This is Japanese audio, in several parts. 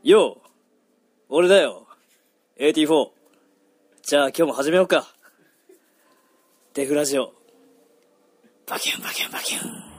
よう、俺だよ。AT4。じゃあ今日も始めようか。デフラジオ。バキュンバキュンバキュン。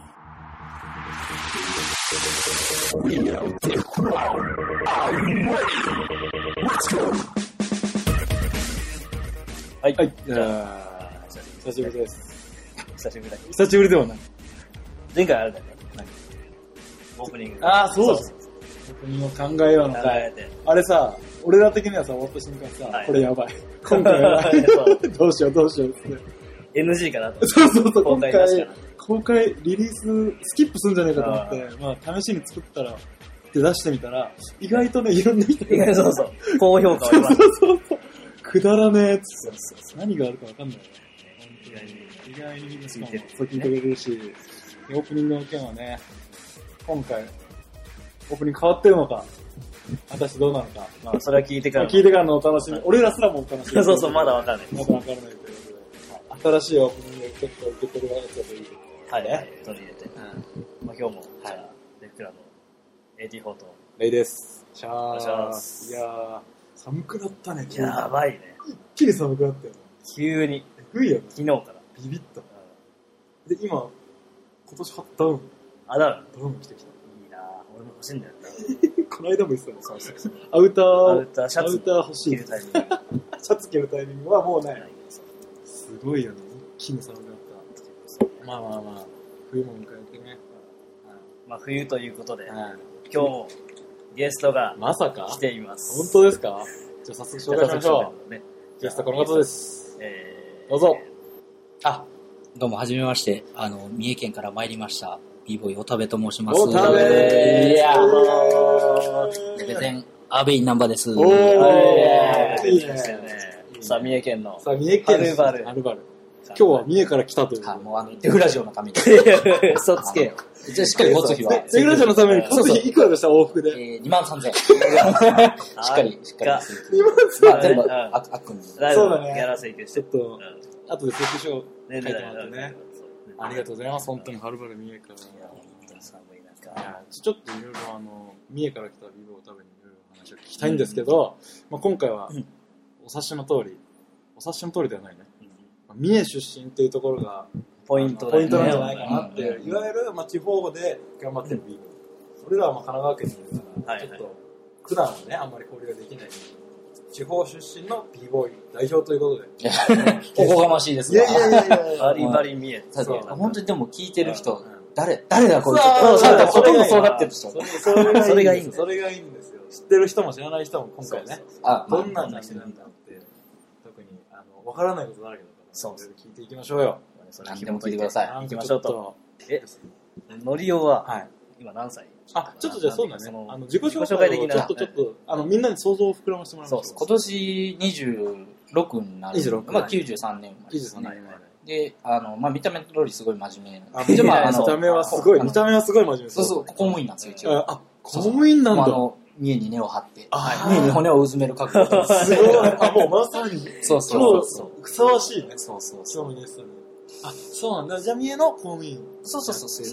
はい。 はい。じゃあ、久しぶりです。 久しぶりだ。 久しぶりではない。 前回あれだよね。オープニング。 ああ、そうです。オープニングを考えようのか。あれさ、俺ら的にはさ、終わった瞬間さ、はい、これやばい。今回やばい。どうしようどうしようって。 NG かなと。 そうそうそう。公開、リリース、スキップするんじゃないかと思って、まあ、試しに作ったら、で出してみた意外とね、いろんな人が。そうそう。高評価を今。 そうそうそう。くだらねえっつって。何があるかわかんないよね。意外にみんなそう聞いてくれるし、オープニングの件はね、今回、オープニング変わってるのか、果たしてどうなのか。 まあ、それは聞いてからのお楽しみ。俺らすらもお楽しみ。 そうそう、まだわかんない。 まだわからないということで、新しいオープニングをちょっと受け取るやつだといい。 はいね。取り入れて。まあ今日も、じゃあ、レックラの AT4 と。 レイです。 シャー。 いやー、寒くなったね。 やばいね。 一気に寒くなったよね。 急に。 冬やね。 昨日から。 ビビった。で、今年ダウン。 あ、ダウン着てきた。 いいなぁ。俺も欲しいんだよな。 この間も言ってたの。 そうそうそう。 アウター、 シャツ欲しい。 着るタイミング。 シャツ着るタイミングはもうない。すごいよね。一気に寒くなった。まあ、冬も迎えてね。 まあ冬ということで、今日もゲストがまさか来ています。 本当ですか？じゃあ早速紹介しましょう。ゲストこの方です。どうぞ。 どうもはじめまして。三重県から参りました。b ボーイおたべと申します。 おたべいやレベゼンアーベインナンバーです。 いいね。 さあ三重県のはるばる。今日は三重から来たという。 もうデフラジオのために。 嘘つけよ。 じゃあしっかり持つ日は。 デフラジオのために交通費いくらでした往復で。 23,000。しっかり。全部あっくんに。 そうだね。 ギャラ請求して。 ちょっと、後で請求書書いてもらってね。ありがとうございます。本当にはるばる三重から。ちょっといろいろ三重から来たビブを食べにいろいろ話を聞きたいんですけど、今回はお察しの通りではないね。三重出身っていうところがポイントなんじゃないかなって、いわゆる地方で頑張ってるビブ。俺らは神奈川県にいるから、ちょっと普段はね、あんまり交流ができない地方出身の b ボーイ代表ということで。 おこがましいですが。 いや。 バリバリ見え。 本当にでも聞いてる人、誰だこいつ。ほとんどそうなってる人。 それがいいんですよ。 知ってる人も知らない人も今回ね、どんな人なんだって、特にわからないことだらけだから、そう聞いていきましょうよ。 何でも聞いてください。 行きましょうと。のりおは今何歳？ ちょっとじゃあそうだね。自己紹介できない。ちょっとみんなに想像を膨らましてもらいましょう。 今年26になる。93年生まれ。で、見た目の通りすごい真面目。 見た目はすごい真面目。 そう、公務員なんですよ、一応。 公務員なんだ。 三重に根を張って、三重に骨をうずめる覚悟。 すごい。もうまさに。 そう。 ふさわしいね。 そう。 そうなんだ。じゃあ三重の公務員。 そう。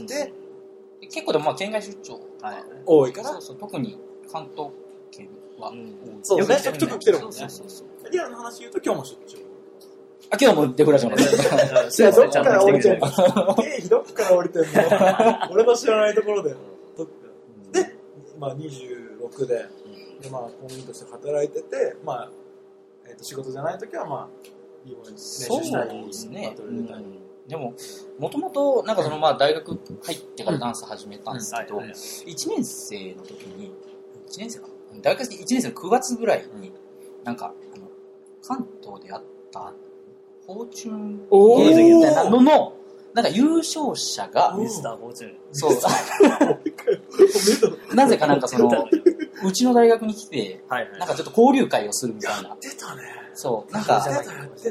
で、結構でも県外出張多いから。 特に関東圏は。 そうね。ちょくちょく来てるもんね。リアルの話言うと今日も出張。 今日もデフラジオなんですよ。どっから降りてんの？どっから降りてんの？俺の知らないところで。で、26で、公務員として働いてて、仕事じゃないときは、いいものに練習したり、 そうですね。でも、もともと、大学入ってからダンス始めたんですけど、1年生の時に、大学1年生の9月ぐらいに、関東であった、フォーチュンゲームみたいなのの、優勝者が、 ミスターフォーチュン。 そう。なぜかうちの大学に来て、ちょっと交流会をするみたいな。 出たね。 そう。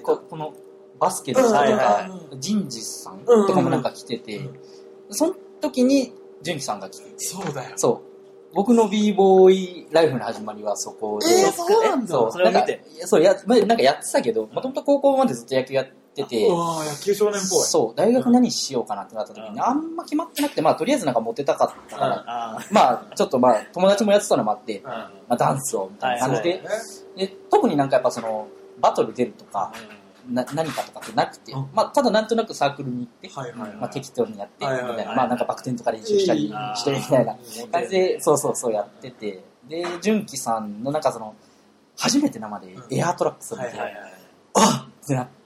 このバスケの人とか、人事さんとかも来てて、その時に、純喜さんが来てて。 そうだよ。 そう。僕の b ボーイライフの始まりはそこで。 そうなんだ。 それを見て。 そう、やってたけど、もともと高校までずっと野球やってってて、 野球少年っぽい。 そう、大学何しようかなってなった時に、あんま決まってなくて、まあ、とりあえずなんかモテたかったから、まあ、ちょっとまあ、友達もやってたのもあって、まあ、ダンスを、みたいな感じで、で、特になんかやっぱその、バトル出るとか、何かとかってなくて、まあ、ただなんとなくサークルに行って、まあ、適当にやって、みたいな、まあ、なんかバク転とか練習したりしてみたいな感じで、そうやってて、で、純喜さんのなんかその、初めて生でエアートラックスを見て、あっってなって、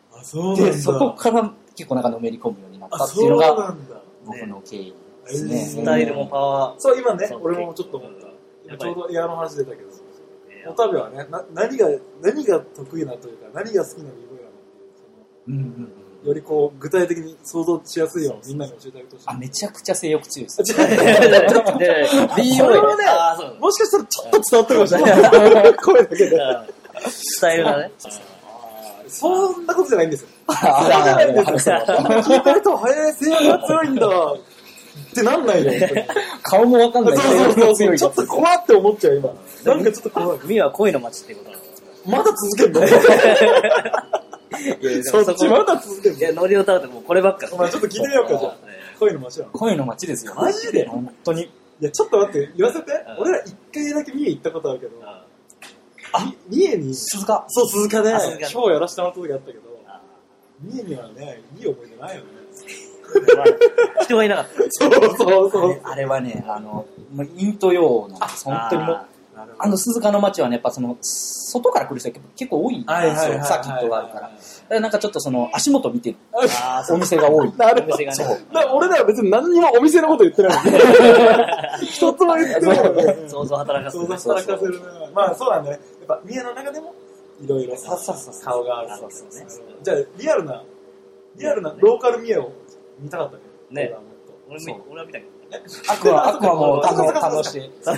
で、そこから結構なんかのめり込むようになったっていうのが、僕の経緯ですね。 スタイルもパワー。 そう、今ね、俺もちょっと思った。今ちょうどエアの話出たけど、オタベはね、何が得意なというか、何が好きなビーボーイなのっていう、よりこう、具体的に想像しやすいようにみんなに教えてあげてほしい。 めちゃくちゃ性欲強いです。 ビーボーイはね、もしかしたらちょっと伝わってるかもしれない。声だけで。 スタイルがね。 そんなことじゃないんですよ。聞いてる人は、性欲が強いんだってなんないよ。 顔もわかんない。 そうちょっと怖って思っちゃう、今。なんかちょっと怖い。 ミは恋の街ってことなの？ まだ続けんの？そっちまだ続けんの？ いや、ノリを食べてもうこればっか。 まあちょっと聞いてみようか、じゃあ。恋の街は。 恋の街ですよ。 マジで？ 本当に。 いや、ちょっと待って、言わせて。俺ら一回だけ三重行ったことあるけど、三重に、 鈴鹿。 そう、鈴鹿で、ショーやらせてもらった時あったけど、三重にはね、いい思い出ないよね。 人がいなかった。 そう。 あれはね、イント用なんです。本当にもう、鈴鹿の街はね、やっぱその、外から来る人が結構多いんですよ。サーキットがあるから。だからなんかちょっとその、足元見てるお店が多い。 お店がね。 俺らは別に何にもお店のこと言ってない。一つも言ってない。 想像働かせる。 想像働かせるね。まあそうなんだね。やっぱ三重の中でも、いろいろ顔があるわけですね。じゃあ、リアルなローカル三重を見たかったね。 ね。俺は見たけど。 アクアも楽しい。 そう。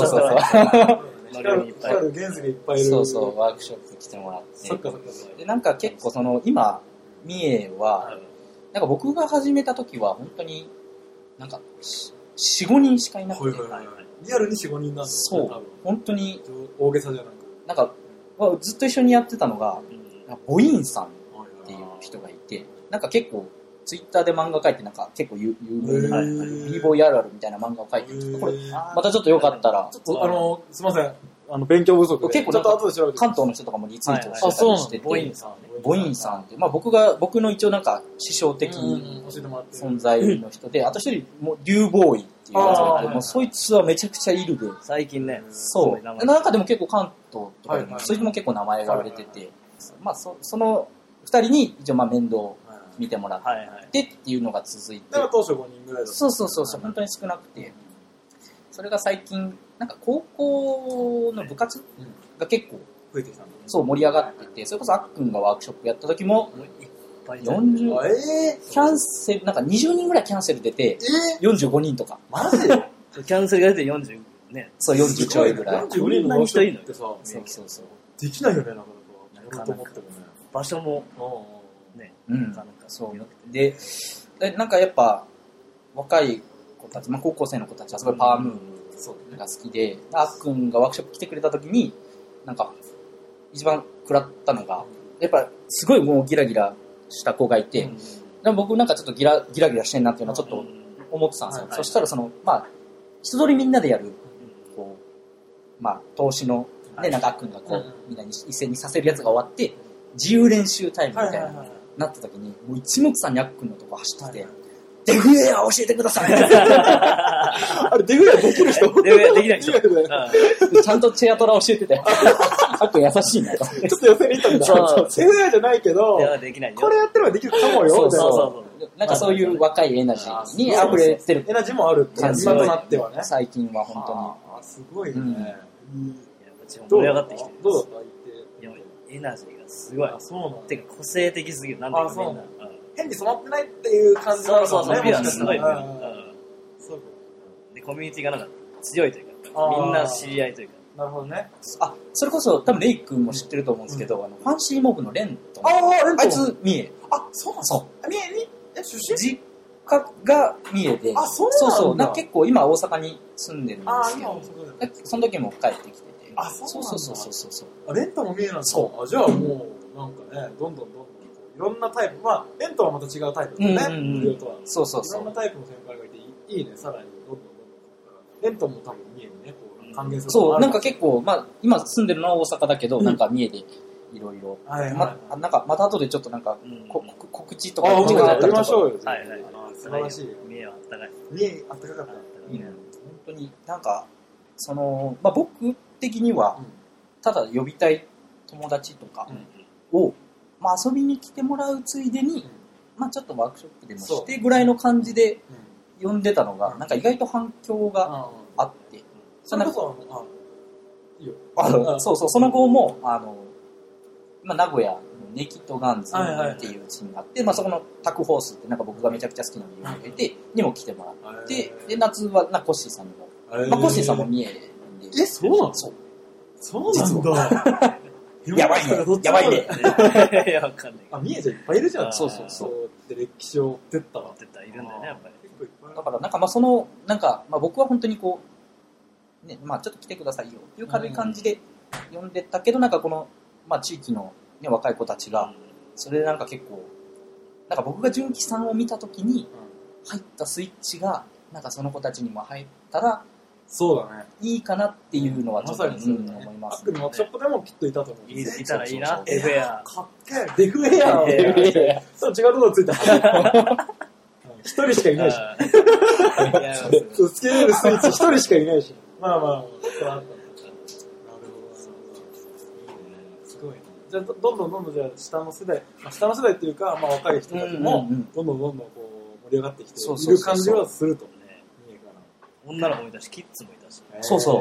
原石がいっぱいいる。 そう、ワークショップ来てもらって。 そっか。 で、なんか結構その、今、三重は、なんか僕が始めた時は本当に、なんか、4、5人しかいなくて。 リアルに4、5人なんですそう。本当に。 大げさじゃなく。 なんか、ずっと一緒にやってたのが、ボインさんっていう人がいて、なんか結構、ツイッターで漫画描いてなんか結構有名な b ボーイあるあるみたいな漫画を描いてる。これ、またちょっとよかったら。 すいません。勉強不足で。 結構ちょっと後で調べて。関東の人とかもリツイートしてたりしてて。ボインさんって、まあ僕の一応なんか師匠的存在の人で、あと一人、リュウボーイっていうやつがいて、もうそいつはめちゃくちゃいるで。 最近ね。 そう。なんかでも結構関東とかでも、そいつも結構名前が売れてて、まあその二人に一応まあ面倒見てもらってっていうのが続いて。 だから当初5人ぐらいだった。 そう、本当に少なくて。それが最近、なんか高校の部活が結構増えてきたんだね。 そう盛り上がってて、それこそあっくんがワークショップやった時も、40、キャンセル、なんか20人ぐらいキャンセル出て、45人とか。 マジでキャンセルが出て40、ね。 そう、40ちょいぐらい。 45人のワークショップってさ、 そう。 できないよね、なかなか。と思ってもね。 場所も、ね、 そう。で、なんかやっぱ、若い子たち、まあ高校生の子たちはすごいパワームーブが好きで、あっくんがワークショップ来てくれた時に、なんか、一番食らったのが、やっぱすごいもうギラギラした子がいて、でも僕なんかちょっとギラギラしてんなっていうのはちょっと思ってたんですよ。そしたらその、まあ、人通りみんなでやる、こう、まあ、投資の、ね、なんかあっくんがこう、みんなに一斉にさせるやつが終わって、自由練習タイムみたいな、なった時に、もう一目散にあっくんのとこ走ってて、デフエア教えてくださいあれ、デフエアできる人デフエアできない人。 ちゃんとチェアトラ教えてて、あっくん優しいなと。 ちょっと寄せに行ったんだ。デフエアじゃないけど、これやってればできるかもよ。 そう。なんかそういう若いエナジーに溢れてる。 エナジーもある感じ。今となってはね。 最近は本当に。 すごいね。 盛り上がってきてる。 どうだったエナジーがすごい。 そうなの。 てか個性的すぎる。なんていうかみんな。 変に染まってないっていう感じの。 そう、ビアすごい。で、コミュニティがなんか強いというか、みんな知り合いというか。 なるほどね。 あ、それこそ多分レイ君も知ってると思うんですけど、ファンシーモブのレントン。あいつ三重。 あ、そうなんですか。三重に出身？ 実家が三重で。 あ、そうなんか結構今大阪に住んでるんですけど、その時も帰ってきてて。 あ、そう。 そう。 レントンも三重なんですか。あ、じゃあもう、なんかね、どんどんいろんなタイプ、まあ、エントはまた違うタイプだね、無料とは。 そうそうそう。 いろんなタイプの先輩がいて、いいね、さらにどんどん。エントも多分三重にね、こう還元する。 そう、なんか結構、まあ、今住んでるのは大阪だけど、なんか三重でいろいろ。なんか、また後でちょっとなんか、告知とかやりましょうよ。 はいはい。 素晴らしい。 三重はあったかい。 三重あったかかった。 いいね。本当になんか、まあ僕的には、ただ呼びたい友達とかを、まあ遊びに来てもらうついでに、まあちょっとワークショップでもしてぐらいの感じで呼んでたのが、なんか意外と反響があって。 それこそ、いいよ。 そうそう、その後も、今名古屋のネキッドガンズっていうチームがあって、まあそこのタクホースってなんか僕がめちゃくちゃ好きな理由がいて、にも来てもらって、で、夏はコッシーさんにも、まあコッシーさんも三重で。 そうなの？そうなんだ。 やばいね。やばいね。 いや、わかんない。 あ、三重じゃいっぱいいるじゃん。 そうそうそう。 で、歴史を追ってったわ。 いるんだよね、やっぱり。 だから、なんかまあなんか、まあ僕は本当にこう、ね、まあちょっと来てくださいよっていう軽い感じで呼んでたけど、なんかこの、まあ地域のね、若い子たちが、それでなんか結構、なんか僕が純喜さんを見たときに、入ったスイッチが、なんかその子たちにも入ったら、 そうだね。 いいかなっていうのはちょっと、思います。 アックのワークショップでもきっといたと思う。 いたらいいな。デフェア。 かっけえ。デフェア。そう、違うところついた。一人しかいないし。つけれるスイッチ一人しかいないし。まあまあ、なるほど。すごいね。じゃあ、どんどんじゃあ、下の世代っていうか、まあ若い人たちも、どんどんこう、盛り上がってきている感じはすると。 女の子もいたし、キッズもいたし。 そうそう。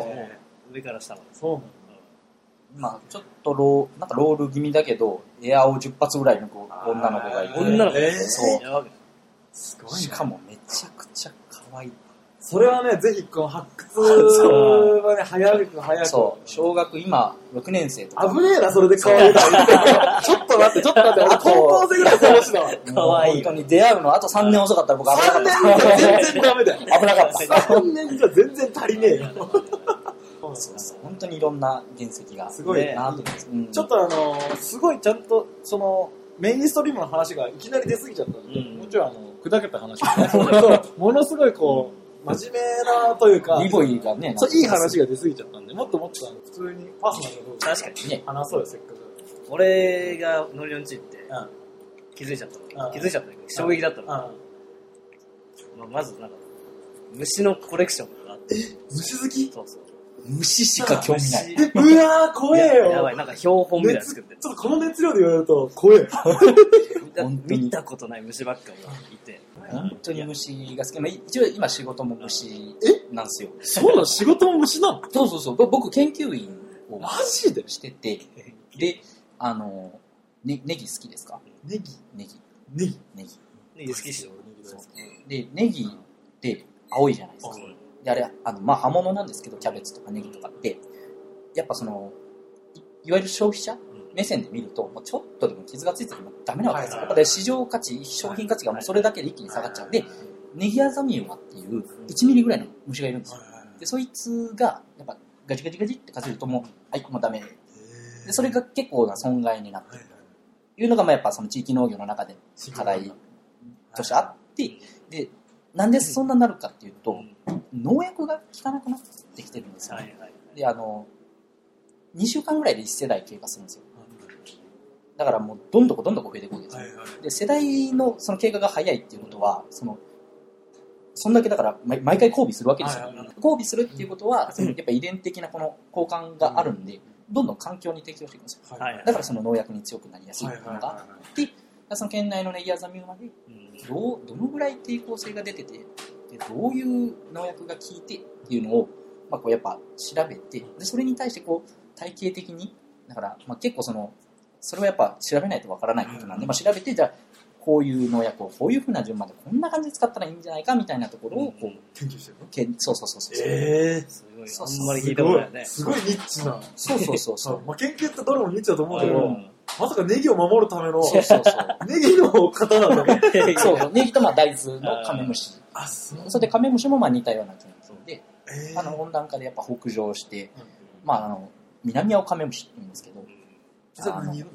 上から下まで。 そうなんだ。 今、ちょっとなんかロール気味だけど、エアを10発ぐらいの女の子がいて。 女の子そう。 すごいね。 しかもめちゃくちゃ可愛い。 それはね、ぜひこの発掘はね、早く。 そう。小学今、6年生とか。 危ねえな、それで可愛い。ちょっと待って。俺高校生ぐらいそうしたわ。 可愛い。本当に出会うのあと3年遅かったら僕危なかった。 3年じゃ全然ダメだよ。 危なかった。 3年じゃ全然足りねえよ。 本当にいろんな原石が。 すごいなと思います。 ちょっとすごいちゃんと、メインストリームの話がいきなり出過ぎちゃったんで、もちろん砕けた話がものすごいこう、真面目なというか、 リボイがね、 いい話が出過ぎちゃったんで、もっと普通にパーソナルな部分確かにね、 話そうよ、せっかく。 俺がノリオンチって気づいちゃったの。けど、衝撃だったの。まず、なんか、虫のコレクションがあって。 虫好き？ そうそう。 虫しか興味ない。 うわー、怖えよ。 やばい、なんか標本みたいな作ってる。 ちょっとこの熱量で言われると怖え。 見たことない虫ばっかりいて。 本当に虫が好き。まあ、一応今仕事も虫なんですよ。 そうなの？仕事も虫なの？ そう。僕研究員をマジでしてて、で、ネギ好きですか？ ネギ好きっしょ。 で、ネギって青いじゃないですか。で、あれ、まあ、葉物なんですけど、キャベツとかネギとかって、やっぱいわゆる消費者目線で見ると、もうちょっとでも傷がついててもダメなわけですよ。やっぱり市場価値、商品価値がもうそれだけで一気に下がっちゃうんで、ネギアザミウマっていう1ミリぐらいの虫がいるんですよ。で、そいつが、やっぱガチってかじるともうダメ。で、それが結構な損害になっているというのが、まあ、やっぱその地域農業の中で課題としてあって、で、なんでそんなになるかっていうと、農薬が効かなくなってきてるんですよね。で、2週間ぐらいで1世代経過するんですよ。だからもうどんどん増えていくわけですよ。で、世代のその経過が早いっていうことは、そんだけだから毎回交尾するわけですよ。交尾するっていうことは、やっぱ遺伝的なこの交換があるんで、どんどん環境に適応していくんですよ。だからその農薬に強くなりやすいっていうのがあって、その県内のネギアザミウマでどのぐらい抵抗性が出てて、でどういう農薬が効いてっていうのを、まあ、こうやっぱ調べて、でそれに対してこう体系的に、だから、まあ、結構それはやっぱ調べないとわからないことなんで、まあ、調べて、じゃあこういう農薬をこういうふうな順番でこんな感じで使ったらいいんじゃないかみたいなところをこう研究してるの？ そう。 すごい。あんまり聞いたことないね。 すごいニッチな。 そう。 まあ、研究ってどれもニッチだと思うけど、まさかネギを守るための、 そう。 ネギの方なんだね。 そう。ネギとまあ大豆のカメムシ。それでカメムシもまあ似たような菌で、温暖化でやっぱ北上して、まあ南青カメムシって言うんですけど、 それ何色？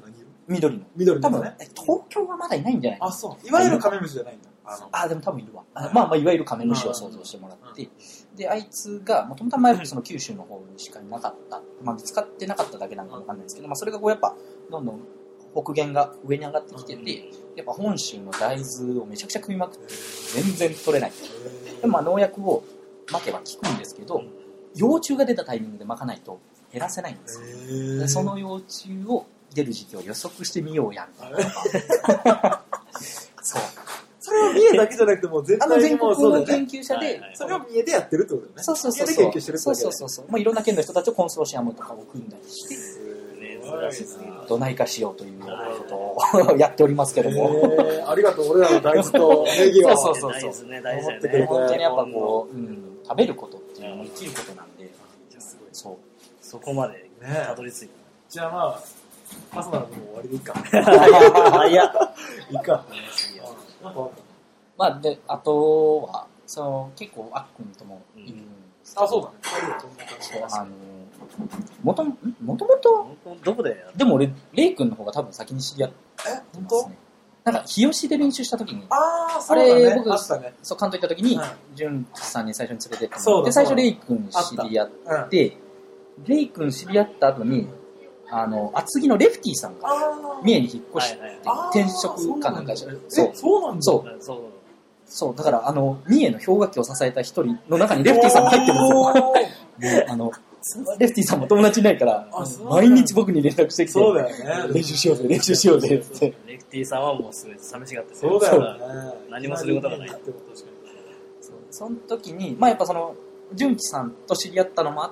緑の。多分、東京はまだいないんじゃないかな。 あ、そう。いわゆるカメムシじゃないんだ。 でも多分いるわ。まあ、いわゆるカメムシを想像してもらって。で、あいつが、もともと前その九州の方にしかいなかった。まあ、見つかってなかっただけなのかわかんないですけど、まあ、それがこうやっぱ、どんどん北限が上に上がってきてて、やっぱ本州の大豆をめちゃくちゃ食いまくって、全然取れない。でも、農薬を撒けば効くんですけど、幼虫が出たタイミングで撒かないと減らせないんですよ。でその幼虫を出る時期を予測してみようやん。そう。 それは三重だけじゃなくてもう全体全国にもそうだよね。 の研究者で、 それを三重でやってるってことだよね。 そうそうそう。 三重で研究してるってそうことだよね。 そうそう。まあいろんな県の人たちとコンソーシアムとかを組んだりして、どないかしようということをやっておりますけども。 ありがとう、俺らの大豆とネギを。 そうそうそう。 大事だよね。 本当にやっぱこう、食べることっていうのも生きることなんで、そう。 そこまでたどり着いじゃあまあ、パスならもう終わりでいいか。 た。いや、 いいか。 まあで、あとは、結構あっくんともいるんですけど。 あ、そうだね。 そうもともと、 どこでやる？ でも俺、レイ君の方が多分先に知り合ってますね。なんか、日吉で練習した時に、 そうだね。 僕、 あったね。 そう、関東行った時に、純喜さんに最初に連れてってそうだで、最初レイ君知り合って、レイ君知り合った後に、厚木のレフティさんが、三重に引っ越して、転職かなんかして、 そうなんだ。 そう、だから、三重の氷河期を支えた一人の中にレフティさんが入ってるんですよ。レフティさんも友達いないから、毎日僕に連絡してきて、 そうだよね。 練習しようぜ、練習しようぜ、って。 レフティさんはもうすごい寂しがってそうだよね。 何もすることがない。 その時に、まあやっぱ純喜さんと知り合ったのもあって、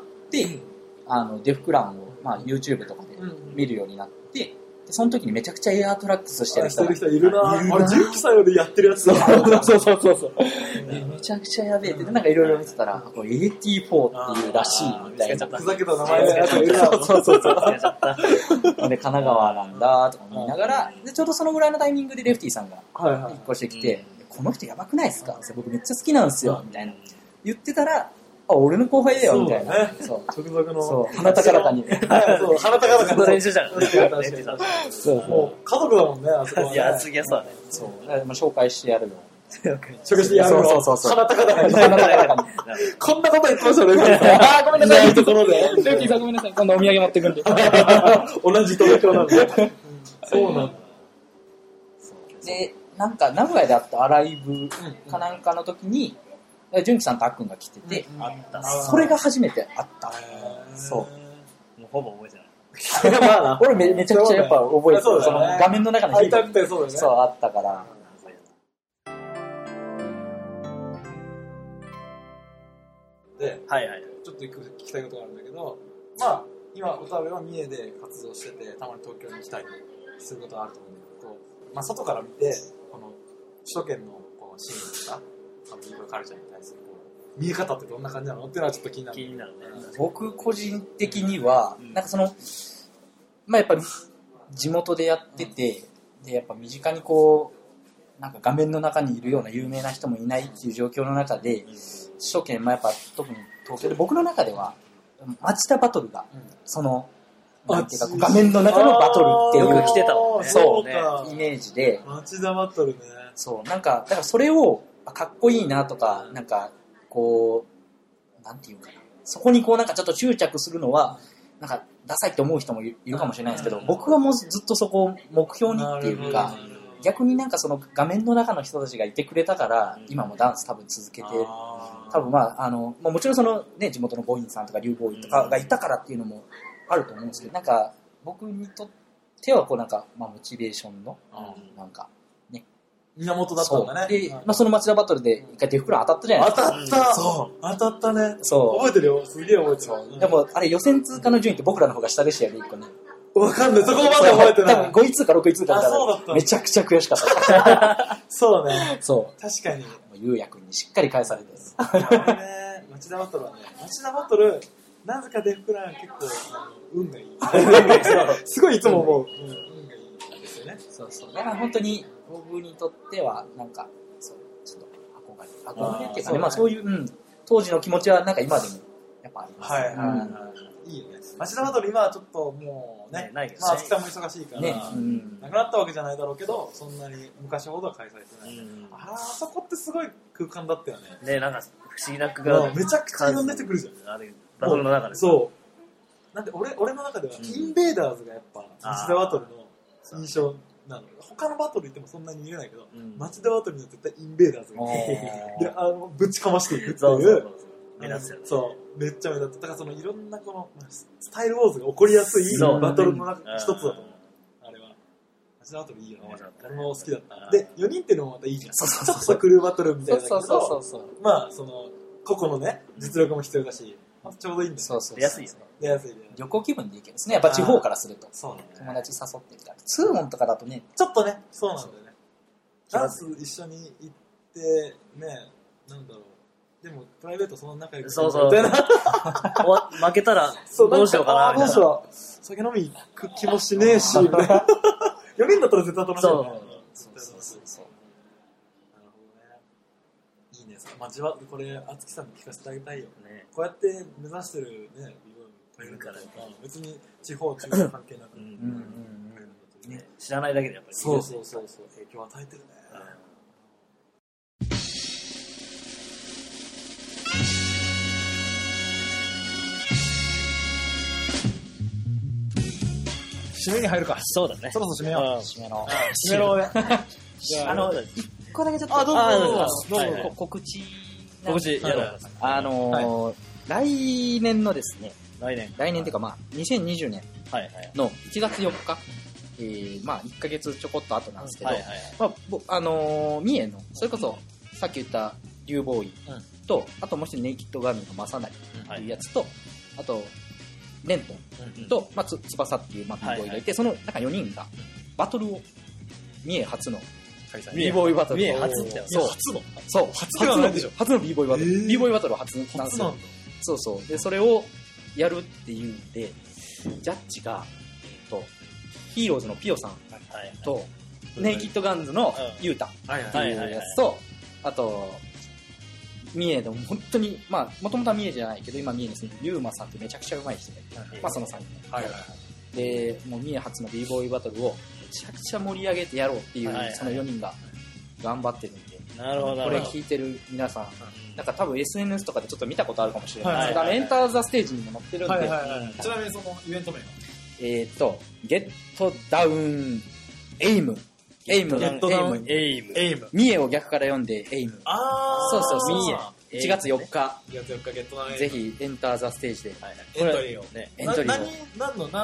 デフクランを、まあ YouTube とかで見るようになって、その時にめちゃくちゃエアートラックスしてる人いるな。あれ、純喜さんよりやってるやつだ。 そう。めちゃくちゃやべえって、なんかいろいろ見てたら、これ AT4 っていうらしいみたいな。 ふざけた名前のやついるな。 そう。で、神奈川なんだとか思いながら、で、ちょうどそのぐらいのタイミングでレフティさんが引っ越してきて、この人やばくないですか？僕めっちゃ好きなんですよ、みたいな。言ってたら、俺の後輩だよ、みたいな。そう。 直属の。 そう。鼻高らかに。 そう、鼻高らかに。 練習じゃん。 そう。もう家族だもんね、あそこは。 いや、次はそうだね。 そう。紹介してやるよ。 紹介してやるよ。 そう。 鼻高らかに。こんなこと言ってましたね。 ごめんなさい。 ところで。 レフティさんごめんなさい。今度お土産持ってくんで。 同じ東京なんで。そうなんだ。 で、なんか名古屋であったライブかなんかの時に、純喜さんとあっくんが来てて、それが初めてあった。そう。 もうほぼ覚えてない。 まあな。 俺めちゃくちゃやっぱ覚えてる。その画面の中の会いたくてそうだね。 そう、あったから。 で、 はい。 ちょっと聞きたいことがあるんだけど、まあ、今、小田部は三重で活動してて、たまに東京に来たりすることがあると思うんだけど、まあ、外から見て、この首都圏のこのシーンとか、ビートカルチャーに対する見え方ってどんな感じなのっていうのはちょっと気になる。 気になるね。 僕個人的には、なんかまあやっぱり地元でやってて、で、やっぱ身近になんか画面の中にいるような有名な人もいないっていう状況の中で、首都圏、まあやっぱ特に東京で僕の中では、町田バトルが、なんていうか画面の中のバトルっていう。 よく来てたもんね。 そう、イメージで。 町田バトルね。 そう、なんか、だからそれを、かっこいいなとか、なんか、なんていうかな。そこになんかちょっと執着するのは、なんか、ダサいって思う人もいるかもしれないですけど、僕はもうずっとそこを目標にっていうか、逆になんかその画面の中の人たちがいてくれたから、今もダンス多分続けて、多分もちろん地元のボーインさんとかリュウボーイとかがいたからっていうのもあると思うんですけど、なんか、僕にとってはなんか、モチベーションの、なんか、 源だったんだね。 で、その町田バトルで一回デフクラン当たったじゃないですか。 当たったそう。当たったね。 そう。 覚えてるよ。すげえ覚えてる。 でも、あれ予選通過の順位って僕らの方が下でしたよね、一個ね。 わかんない。そこまで覚えてない。 多分5位通過、6位通過だったそうだった。 めちゃくちゃ悔しかった。 そうね。 そう。 確かに。 ゆうやくんにしっかり返されて。 町田バトルはね。町田バトル、なぜかデフクラン結構、運がいい。すごいいつも思う。運がいいですよね。 そう。だから本当に、僕にとっては、なんか、ちょっと憧れっていうかね、そういう、当時の気持ちはなんか今でも、 やっぱあります。 はいはいはい。いいよね。町田バトル今はちょっともうね、 ないけどまあ、厚木さんも忙しいから、 ね、 なくなったわけじゃないだろうけど、そんなに昔ほどは開催してない。あそこってすごい空間だったよね。 ね、なんか不思議な空間。 めちゃくちゃいろんな出てくるじゃん。 あれ、バトルの中で。 そう。なんで俺の中では、インベーダーズがやっぱ、町田バトルの印象なの。他のバトル行ってもそんなに見えないけど、町田バトルには絶対インベーダーズがいて、で、ぶちかましていくっていう。 目立つよね。 そう。めっちゃ目立つ。だからそのいろんなこの、スタイルウォーズが起こりやすいバトルの一つだと思う。あれは。町田バトルいいよね。俺も好きだった。で、4人っていうのもまたいいじゃん。ちょっとクルーバトルみたいな。そう。まあ、その、個々のね、実力も必要だし、ちょうどいいんだよ。 出やすいよね。 出やすい。 旅行気分でいいけどですね。やっぱ地方からすると。 そうね。 友達誘ってきたり。ツーモンとかだとね。 ちょっとね、そうなんだよね。ダンス一緒に行って、ね、なんだろう。でも、プライベートそんな仲良くそう。負けたら、どうしようかな。 どうしよう。酒飲み行く気もしねえし、4人だったら絶対楽しいよね。そう。なるほどね。いいね。まあ、これ、あつきさんに聞かせてあげたいよ。ね。こうやって目指してるね、ビゴいるから別に地方、中国関係なく。 知らないだけでやっぱり。 そう。影響を与えてるね。締めに入るか。 そうだね。 そろそろ締めよう。 締めの。 締めろね。 一個だけちょっと。 どうぞ。 告知やろう。 来年のですね、 来年っていうかまあ、2020年の1月4日、まあ、1ヶ月ちょこっと後なんですけど、三重の、それこそ、さっき言ったリュウボーイと、あともう一人ネイキッドガールの正成っていうやつと、あと、レントンと、まあ、翼っていう、まあ、ビーボーイがいて、その中4人が、バトルを、三重初の、ビーボーイバトル。 三重初ってそう。初ではないでしょ。 初のビーボーイバトル。ビーボーイバトルは初なんですよ。そう。で、それをやるっていうんで、ジャッジが、ヒーローズのピオさんと、ネイキッドガンズのユータっていうやつと、あと、三重でも本当に、まあ、もともとは三重じゃないけど、今三重に住んでるユーマさんってめちゃくちゃうまい人で、まあその3人で、もう三重初の b ボーイバトルをめちゃくちゃ盛り上げてやろうっていう、その4人が頑張ってるんで、 なるほど。 これ聞いてる皆さん、なんか多分 SNS とかでちょっと見たことあるかもしれないですけど、エンターザステージにも載ってるんで、 ちなみにそのイベント名はゲットダウンエイム。エイム。三重を逆から読んで、エイム。そう、三重。1月4日。 ゲットダウンエイム。 ぜひ、エンターザステージで。 エントリーを。何の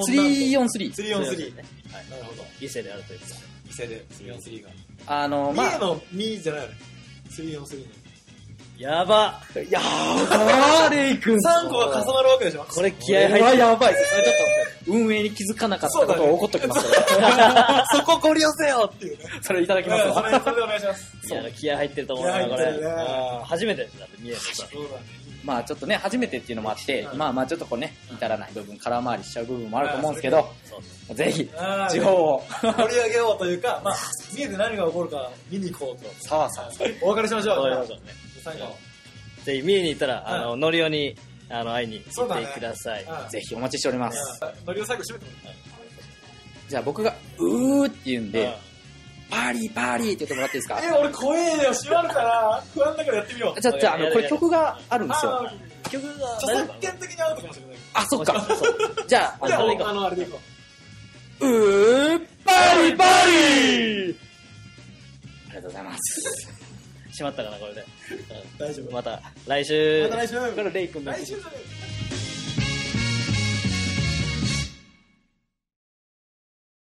3on3。 3on3。 ね。 なるほど。 伊勢であるというか。 伊勢で 3on3 が。 三重の2じゃないよね。3on3 の。 やばレイ君 3個が重なるわけでしょ。 これ気合入ってる。やばいです。それちょっと運営に気づかなかったことを怒っときますよ。 そこご利用せよっていうね。 それいただきますよ。 それでお願いします。 いや、気合入ってると思うな、これ。初めてだって見えるさ。 まあちょっとね、初めてっていうのもあって、まあちょっとこうね、至らない部分、空回りしちゃう部分もあると思うんですけど、ぜひ、地方を盛り上げようというか、まあ、見えて何が起こるか見に行こうと。 さあさあ。 お別れしましょう。 最後。ぜひ見に行ったら、ノリオに会いに行ってください。 ぜひお待ちしております。 ノリオ最後締めてもらって。 じゃあ僕が、うーって言うんで、パーリーって言ってもらっていいですか？ 俺怖えよ、閉まるから、不安だからやってみよう。 じゃあ、これ曲があるんですよ。 曲が、 著作権的にアウトかもしれない。 あ、そっか。じゃあ、 あれでいこう。パーリーありがとうございます。 閉まったかな、これで。 大丈夫。 また来週。 これレイ君の。 来週じゃねえ。